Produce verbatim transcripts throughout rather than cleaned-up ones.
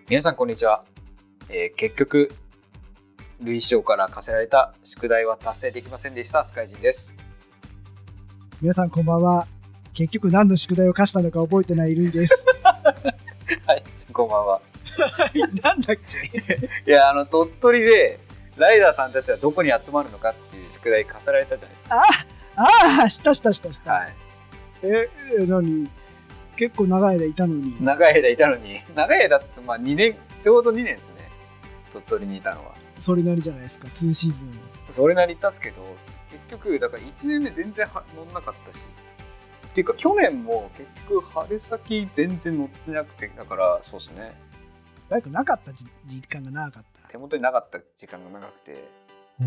皆さんこんにちは、えー、結局類市長から課せられた宿題は達成できませんでしたスカイジンです。 皆さんこんばんは。結局何の宿題を課したのか覚えてないルイですはい、こんばんはなんだっけいや、あの鳥取でライダーさんたちはどこに集まるのかっていう宿題課せられたじゃないですか。 ああ、したしたしたした、 はい、 ええ、何結構長い間いたのに長い間いたのに長い間って、まあ、にねんちょうどにねんですね、鳥取にいたのは。 それなりじゃないですか、にシーズン。 それなりいたっすけど、結局だからいちねんめ全然乗んなかったし、っていうか去年も結局春先全然乗ってなくて、だからそうですね、 バイクなかった時間が長かった。 手元になかった時間が長くて、うん、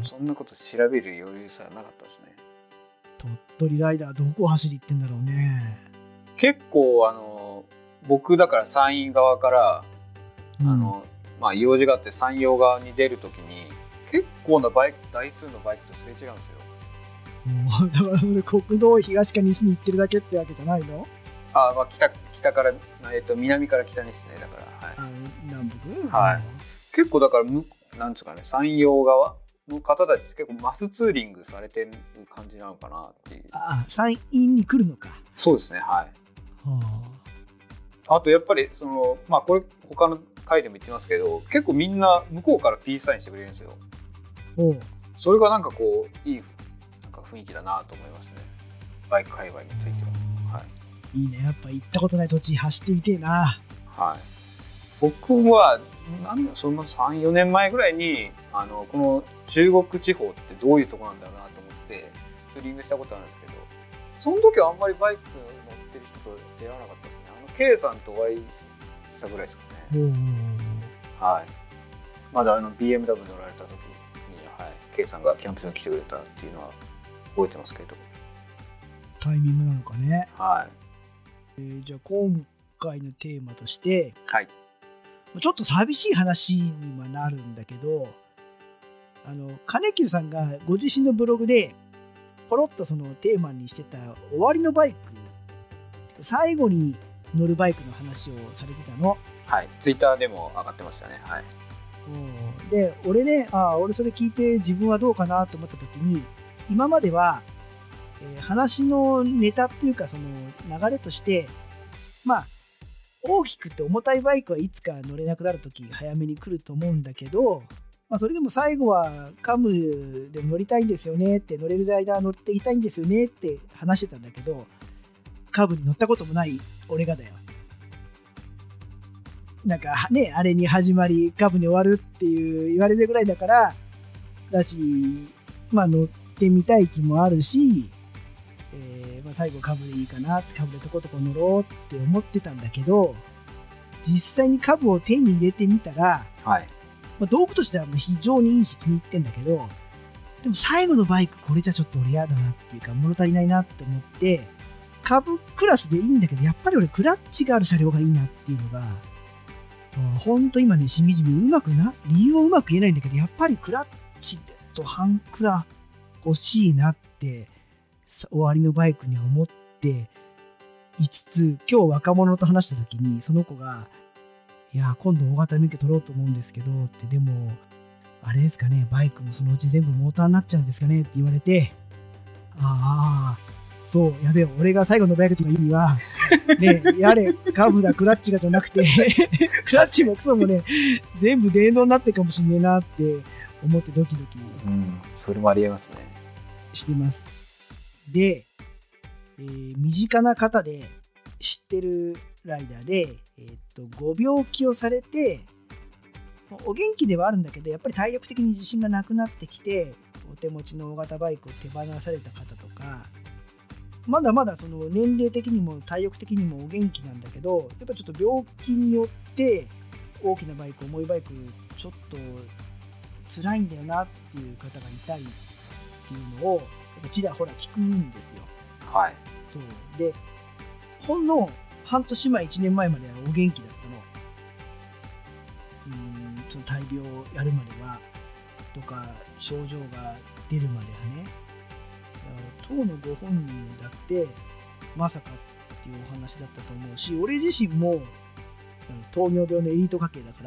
そんなこと調べる余裕さえなかったですね。 鳥取ライダーどこ走り行ってんだろうね。 結構あの僕だから山陰側から、うん、あのまあ用事があって山陽側に出るときに結構なバイク台数のバイクとすれ違うんですよ。 もうだからそれ国道東か西に行ってるだけってわけじゃないの？ あ、まあ、北, 北から、えっと、南から北にですね。だから、はい、 あ、南北、 はい、結構だからなんですかね、山陽側の方たち結構マスツーリングされてる感じなのかなっていう。 あ、山陰に来るのか。 そうですね、はい。 はあ、あとやっぱりその、まあ、これ他の回でも言ってますけど、結構みんな向こうからピースサインしてくれるんですよ。 おう、 それがなんかこういいなんか雰囲気だなと思いますね、バイク界隈については。はい、 いいね。やっぱ行ったことない土地走ってみてえな。 はい、僕はなんだそのさん、よねんまえぐらいにあのこの中国地方ってどういうとこなんだろうなと思ってツーリングしたことあるんですけど、その時はあんまりバイク乗ってる人と出会わなかったですね。あの K さんとお会いしたぐらいですかね。はい、まだあの ビーエムダブリュー 乗られた時に、はい、K さんがキャンプ場に来てくれたっていうのは覚えてますけど。 タイミングなのかね。 はい、 えー、じゃあ今回のテーマとして、 はい、 ちょっと寂しい話にはなるんだけど、あの金久さんがご自身のブログでポロッとそのテーマにしてた終わりのバイク、最後に乗るバイクの話をされてたの。 はい、ツイッターでも上がってましたね。はい、 で俺ね、あ俺それ聞いて自分はどうかなと思った時に、今までは、えー、話のネタっていうかその流れとして、まあ大きくて重たいバイクはいつか乗れなくなるとき早めに来ると思うんだけど、まあ、それでも最後はカムで乗りたいんですよねって、乗れる間乗っていたいんですよねって話してたんだけど、カブに乗ったこともない俺がだよ。なんかね、あれに始まりカブに終わるっていう言われるぐらいだからだし、まあ乗ってみたい気もあるし、えーまあ、最後カブでいいかなって、カブでとことこ乗ろうって思ってたんだけど、実際にカブを手に入れてみたら、 はい、 まあ、道具としては非常にいいし気に入ってんだけど、でも最後のバイクこれじゃちょっと俺嫌だなっていうか物足りないなって思って、カブクラスでいいんだけど、やっぱり俺クラッチがある車両がいいなっていうのが、ほんと今ねしみじみうまくな理由をうまく言えないんだけど、やっぱりクラッチと半クラ欲しいなって終わりのバイクには思っていつつ、今日若者と話した時にその子が、いや今度大型免許取ろうと思うんですけどって、でもあれですかね、バイクもそのうち全部モーターになっちゃうんですかねって言われて、ああそうやべえ、俺が最後のバイクとか言うにはね、やれカブだクラッチがじゃなくてクラッチもクソもね全部電動になってるかもしんねえなって思ってドキドキ、 うん、それもありえますね。 してます。で、えー、身近な方で知ってるライダーで、えー、っとご病気をされてお元気ではあるんだけど、やっぱり体力的に自信がなくなってきてお手持ちの大型バイクを手放された方とか、まだまだその年齢的にも体力的にもお元気なんだけど、やっぱちょっと病気によって大きなバイク、重いバイクちょっと辛いんだよなっていう方がいたりっていうのをちらほら聞くんですよ。 はい。 そうで、ほんの半年前いちねんまえまではお元気だったの。うーんその大病をやるまではとか症状が出るまではね。当のご本人だってまさかっていうお話だったと思うし、俺自身も糖尿病のエリート家系だから、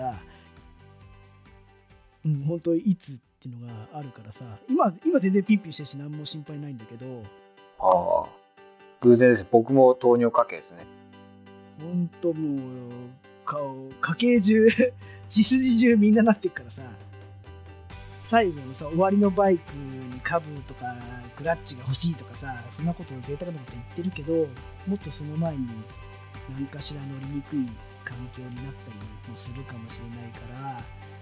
うん、本当いつっていうのがあるからさ、今今全然ピンピンしてるし何も心配ないんだけど。 ああ、偶然です。僕も糖尿家系ですね。 本当もう顔家系中血筋中みんななってるからさ、最後のさ終わりのバイクにカブとかクラッチが欲しいとかさ、そんなこと贅沢なこと言ってるけど、もっとその前に何かしら乗りにくい環境になったりもするかもしれないから、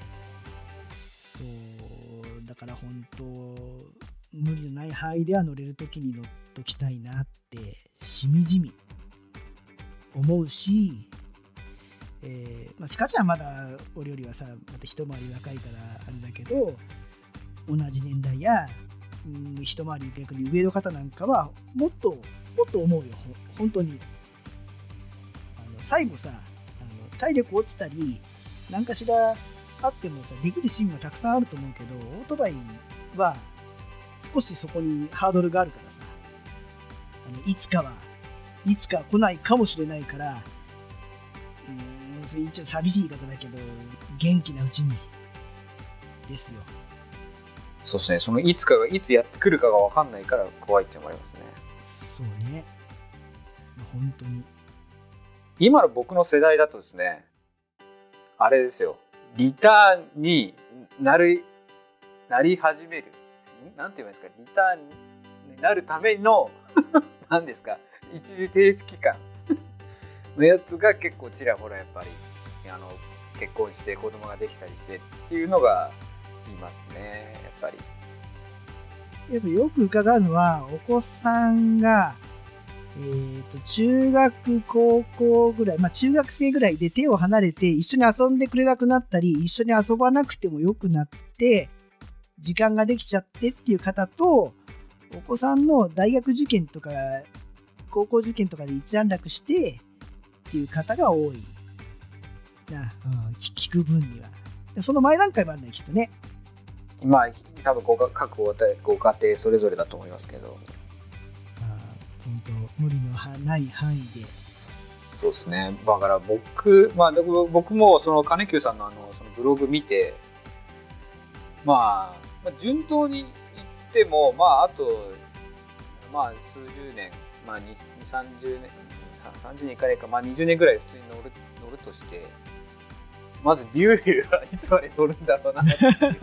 そうだから本当無理のない範囲では乗れるときに乗っときたいなってしみじみ思うし、えーまあ、スカちゃんはまだ俺よりはさまた一回り若いからあれだけど、同じ年代や、うん、一回り逆に上の方なんかはもっともっと思うよ。ほ本当にあの最後さ、あの体力落ちたり何かしらあってもさできるシーンはたくさんあると思うけど、オートバイは少しそこにハードルがあるからさ、あのいつかはいつか来ないかもしれないから、うーん、それ一応寂しい言い方だけど元気なうちにですよ。 そうですね。そのいつかがいつやってくるかが分かんないから怖いっていうのがありますね。 そうね、本当に今の僕の世代だとですね、あれですよ、リターンになるなり始める、なんて言いますか、リターンになるための何ですか、一時停止期間のやつが結構ちらほらやっぱりあの結婚して子供ができたりしてっていうのがいますね。やっぱりやっぱよく伺うのは、お子さんが、えー、と中学高校ぐらい、まあ、中学生ぐらいで手を離れて一緒に遊んでくれなくなったり、一緒に遊ばなくてもよくなって時間ができちゃってっていう方と、お子さんの大学受験とか高校受験とかで一段落してっていう方が多いな、うん、聞く分には。その前段階もあるんだよきっとね。 まあ多分ご各ご家庭それぞれだと思いますけど、 本当無理のない範囲で。 そうですね。だから僕、まあ、僕もその金久さんのあのそのブログ見て、まあ、まあ、順当にいっても、まああとまあ数十年、まあにじゅう、さんじゅうねん、さんじゅうねんいかないか、まあにじゅうねんぐらい普通に乗る乗るとして、まずビューエルはいつまで乗るんだろうなって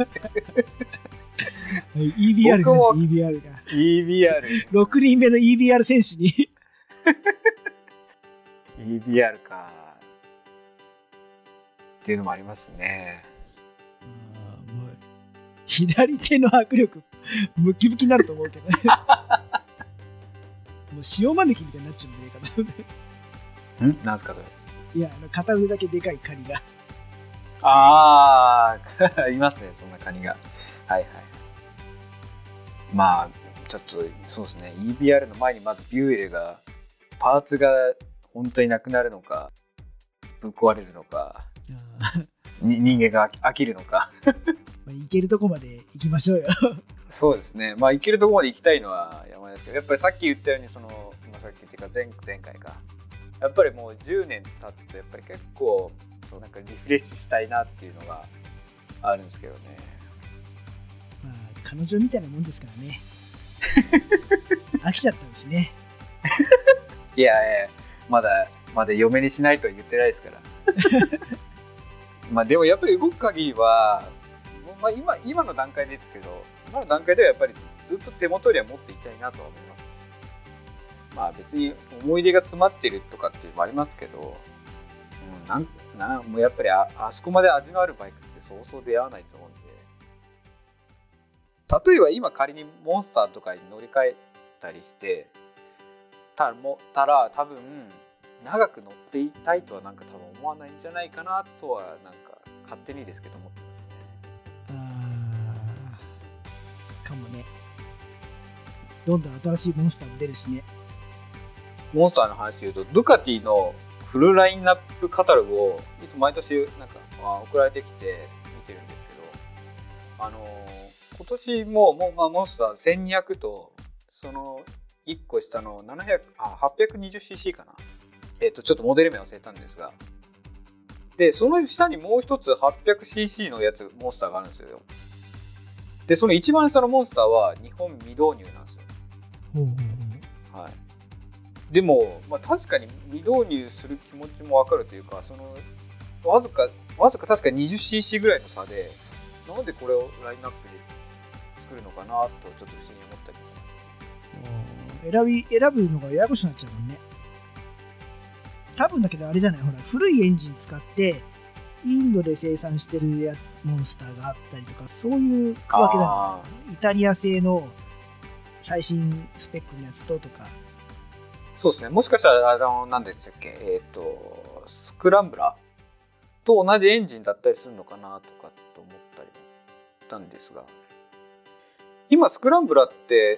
イービーアール が イービーアール がイービーアールろくにんめの イービーアール 選手にイービーアール かっていうのもありますね。 あ、もう左手の握力ムキムキになると思うけどねもう塩招きみたいになっちゃうんじゃないかな。んなんすかそれ。 いや、あの片腕だけでかいカニが。 ああいますね、そんなカニが。はいはい。まあちょっとそうですね、 イービーアール の前にまずビューエルがパーツが本当になくなるのかぶっ壊れるのかに人間が飽きるのかまあ行けるとこまで行きましょうよそうですね、まあ行けるとこまで行きたいのは山ですけど、やっぱりさっき言ったようにその、まあ、さっきっていうか 前, 前回かやっぱりもうじゅうねん経つとやっぱり結構そうなんかリフレッシュしたいなっていうのがあるんですけどね。 まあ彼女みたいなもんですからね飽きちゃったんですねいやいや、まだまだ嫁にしないとは言ってないですからまあでもやっぱり動く限りは、まあ、今, 今の段階ですけど、今の段階ではやっぱりずっと手元には持っていきたいなとは思います。まあ別に思い出が詰まってるとかっていうのもありますけど、うん、なんなんもうやっぱり あ, あそこまで味のあるバイクってそうそう出会わないと思うんで、例えば今仮にモンスターとかに乗り換えたりしてたもたら多分長く乗っていたいとはなんか多分思わないんじゃないかなとはなんか勝手にですけど思ってますね。 あかもね。どんどん新しいモンスターも出るしね。 モンスターの話で言うとドゥカティのフルラインナップカタログをいつ毎年なんか送られてきて見てるんですけど、あのー、今年ももう、まあ、モンスターせんにひゃくとそのいっこ下のななひゃくあ はっぴゃくにじゅうシーシー かな、えっとちょっとモデル名忘れたんですが、 でその下にもう一つ はっぴゃくシーシー のやつモンスターがあるんですよ。でその一番下のモンスターは日本未導入なんですよ。 ほうほうほう。 はい。でも、まあ、確かに未導入する気持ちもわかるというか、そのわずかわずか確か にじゅっシーシー ぐらいの差で、なんでこれをラインナップで作るのかなとちょっと不思議に思ったり選び選ぶのがややこしくなっちゃうもんね。多分だけどあれじゃない、ほら古いエンジン使ってインドで生産してるやモンスターがあったりとか、そういう区分けなんじゃない？イタリア製の最新スペックのやつととか。 そうですね。もしかしたら、あの、何でしたっけ、えっと、スクランブラーと同じエンジンだったりするのかなとかと思ったりしたんですが、今、スクランブラーって、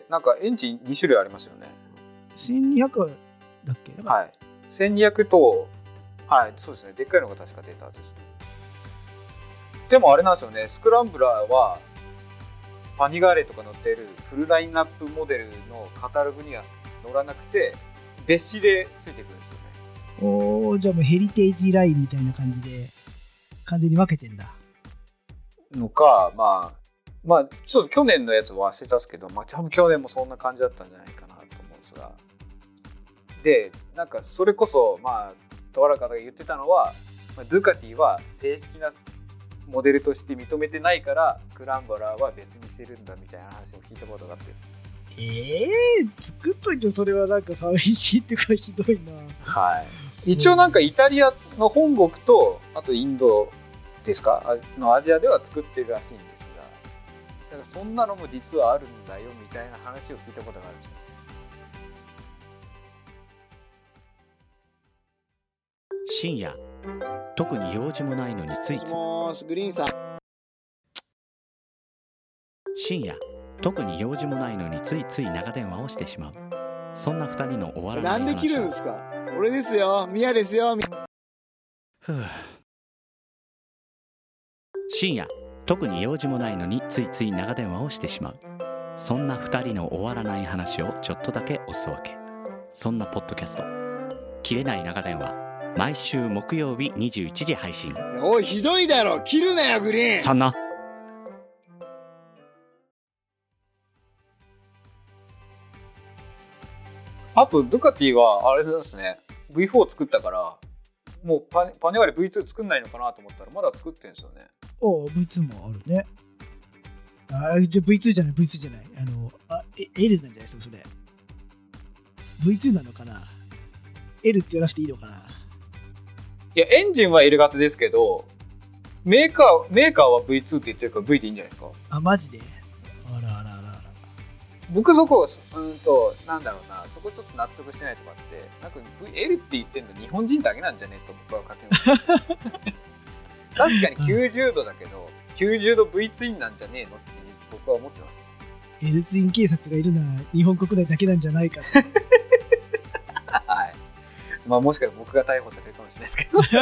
なんかエンジンに種類ありますよね。 せんにひゃくだっけ？ はい。せんにひゃくと、はい、そうですね。でっかいのが確か出たですね。でもあれなんですよね。スクランブラーは、パニガーレとか乗っているフルラインナップモデルのカタログには乗らなくて、別紙でついてくるんですよね。 おー、じゃあもうヘリテージラインみたいな感じで完全に分けてんだのか、まあまあちょっと去年のやつは忘れたんですけど、まあ多分去年もそんな感じだったんじゃないかなと思うんですが、でなんかそれこそまあとある方が言ってたのは、まあ、ドゥカティは正式なモデルとして認めてないからスクランブラーは別にしてるんだみたいな話を聞いたことがあってですね。 ええー、作っといてそれはなんか寂しいっていうかひどいな。 はい。一応なんかイタリアの本国とあとインドですかのアジアでは作ってるらしいんですが、だからそんなのも実はあるんだよみたいな話を聞いたことがあるんですよ。 深夜、特に用事もないのについついもしグリーンさん深夜特に用事もないのについつい長電話をしてしまう。そんな二人の終わらなないんで切るんですか？俺ですよ、ミヤですよ。 ふう。深夜特に用事もないのについつい長電話をしてしまう。そんな二人の終わらない話をちょっとだけおすわけ。そんなポッドキャスト切れない長電話、毎週木曜日にじゅういちじ配信。 おい、ひどいだろ、切るなよグリーン。 そんなあとドゥカティはあれですね、 ブイフォー 作ったからもうパパネガレ ブイツー 作んないのかなと思ったらまだ作ってるんですよね。 おー ブイツー もあるね。あ、じゃあ ブイツー じゃない ブイツー じゃないあのあ L なんじゃないですかそれ。 ブイツー なのかな。 L って言わなくていいのかな。 いやエンジンは L 型ですけど、メーカーメーカーは ブイツー って言ってるから V でいいんじゃないですか。 あ、マジで。あらあらあらあら。 僕そこうんとなんだろうな、そこちょっと納得してないとかって、なんか L って言ってんの日本人だけなんじゃねえと僕は勝手に思って確かにきゅうじゅうどだけど、きゅうじゅうど V ツインなんじゃねえのって実僕は思ってます。 L ツイン警察がいるのは日本国内だけなんじゃないかってはい。まあもしかしたら僕が逮捕されるかもしれないですけど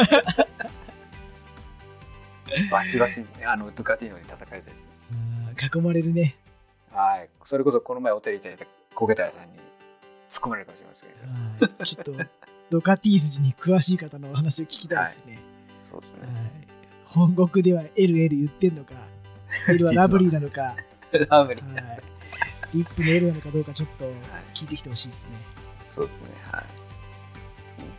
バシバシあのドゥカティーノに叩かれたりですね。 囲まれるね。 はい。それこそこの前お手入れいただいたコゲタヤさんに突っ込まれるかもしれませんけど、 はい、ちょっとドカティ筋に詳しい方のお話を聞きたいですね。 はい、そうですね、 はい、本国では エルエル 言ってんのかL はラブリーなのかラブリー、 はい、リップの L なのかどうかちょっと聞いてきてほしいですね。 そうですね。はい。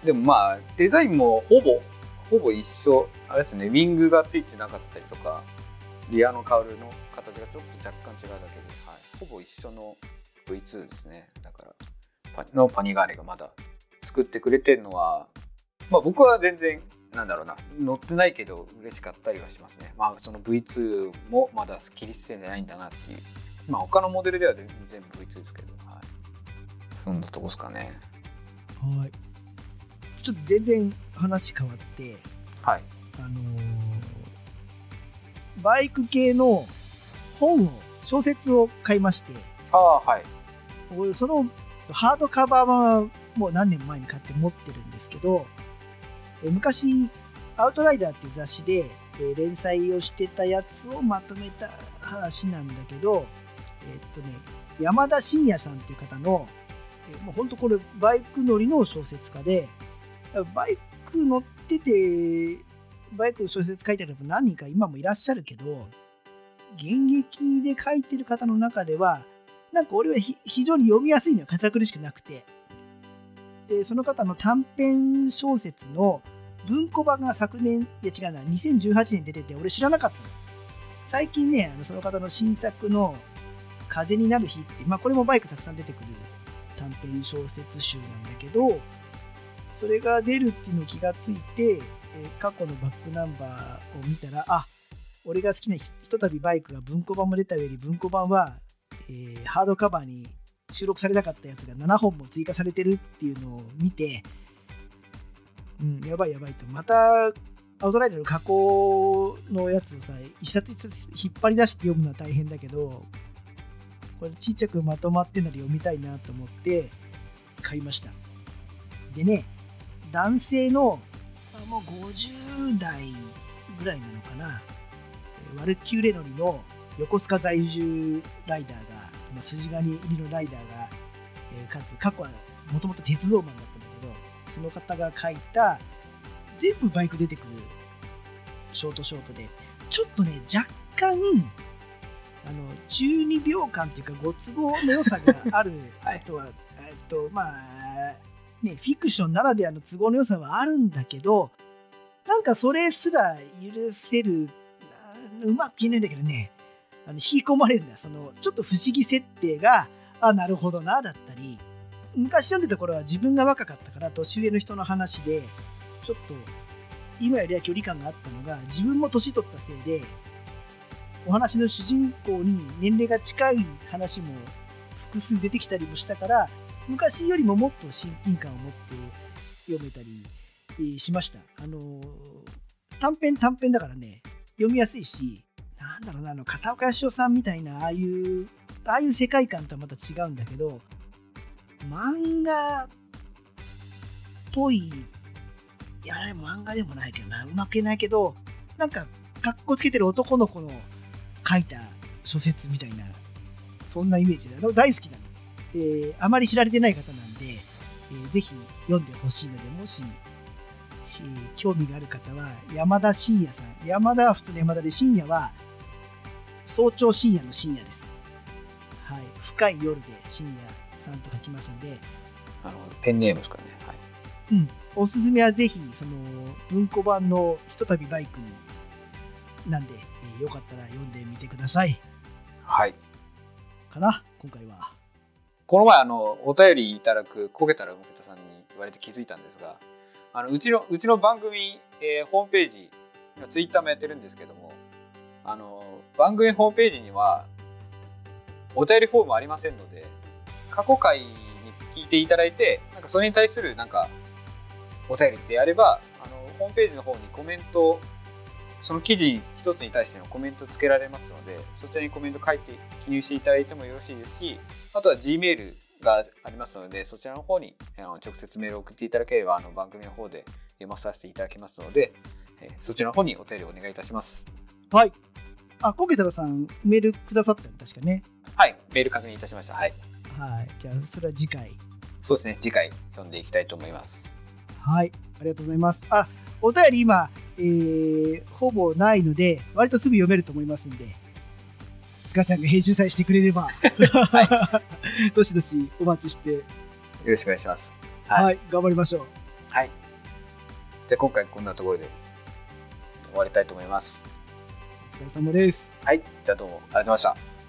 でもまあデザインもほぼほぼ一緒あれですね。ウィングがついてなかったりとか、リアのカウルの形がちょっと若干違うだけで、はい、ほぼ一緒の ブイツー ですね。だからパのパニガーレがまだ作ってくれてるのは、まあ僕は全然なんだろうな、乗ってないけど嬉しかったりはしますね。まあその ブイツー もまだ切り捨ててないんだなっていう。まあ他のモデルでは全然 ブイツー ですけど、はい。そんなとこですかね。 はい。ちょっと全然話変わって、 はい。 あのー、バイク系の本を小説を買いまして、 ああはい。 そのハードカバーはもう何年前に買って持ってるんですけど、え昔アウトライダーっていう雑誌で、えー、連載をしてたやつをまとめた話なんだけど、えーっとね、山田真也さんっていう方の、えー、もう本当これバイク乗りの小説家で、バイク乗っててバイクの小説書いてる方何人か今もいらっしゃるけど、現役で書いてる方の中ではなんか俺は非常に読みやすいのは堅苦しくなくて、でその方の短編小説の文庫版が昨年、いや違うな、にせんじゅうはちねん出てて、俺知らなかったの。最近ね、あのその方の新作の風になる日って、まあこれもバイクたくさん出てくる短編小説集なんだけど、それが出るっていうのを気がついて、えー、過去のバックナンバーを見たら、あ、俺が好きなひとたびバイクが文庫版も出た上に、文庫版は、えー、ハードカバーに収録されなかったやつがななほんも追加されてるっていうのを見て、うん、やばいやばいと、またアウトライダーの加工のやつをさ、一冊一冊引っ張り出して読むのは大変だけど、これちっちゃくまとまってんなら読みたいなと思って買いました。でね、男性のもうごじゅう代ぐらいなのかな、ワルキューレ乗りの横須賀在住ライダーが、まあ、筋金入りのライダーが、えー、かつ過去はもともと鉄道マンだったんだけど、その方が書いた全部バイク出てくるショートショートで、ちょっとね若干あの中二病感っていうかご都合の良さがある、はい、あとはえっとまあね、フィクションならではの都合の良さはあるんだけど、なんかそれすら許せる、うまく言えないんだけどね、あの引き込まれるんだ。そのちょっと不思議設定が、あ、なるほどなだったり、昔読んでた頃は自分が若かったから年上の人の話でちょっと今よりは距離感があったのが、自分も年取ったせいでお話の主人公に年齢が近い話も複数出てきたりもしたから、昔よりももっと親近感を持って読めたりしました。あの短編短編だからね、読みやすいし、なんだろうな、あの片岡義雄さんみたいなああいうああいう世界観とはまた違うんだけど、漫画っぽい、いやあれ漫画でもないけどな、うまく言えないけど、なんかかっこつけてる男の子の書いた小説みたいな、そんなイメージで大好きなの。えー、あまり知られてない方なんで、えー、ぜひ読んでほしいので、もし、し興味がある方は山田真也さん、山田は普通の山田で、深夜は早朝深夜の深夜です。はい、深い夜で深夜さんと書きますので、 あのペンネームですかね。はい。 うん、おすすめはぜひその文庫版のひとたびバイクになんで、えー、よかったら読んでみてください。 はい。 かな、今回は。 この前あのお便りいただく焦げたらむけたさんに言われて気づいたんですが、あのうちのうちの番組、えー、ホームページ、ツイッターもやってるんですけども、あの番組ホームページにはお便りフォームありませんので、過去回に聞いていただいて、なんかそれに対するなんかお便りってやれば、あのホームページの方にコメント、その記事一つに対してのコメントつけられますので、そちらにコメント書いて記入していただいてもよろしいですし、あとは G メールがありますので、そちらの方にあの直接メールを送っていただければ、あの番組の方で読まさせていただきますので、えー、そちらの方にお便りをお願いいたします。 はい。あ、コケタラさんメールくださったの確かね。 はい、メール確認いたしました。はい。 はい。じゃあそれは次回。 そうですね。次回読んでいきたいと思います。 はい。ありがとうございます。あ、お便り今、えー、ほぼないので、割とすぐ読めると思いますんで、スカちゃんが編集さえしてくれれば、はい、どしどしお待ちして、よろしくお願いします。 はい、はい、頑張りましょう。 はい。じゃあ今回こんなところで終わりたいと思います。 お疲れ様です。 はい。じゃあどうもありがとうございました。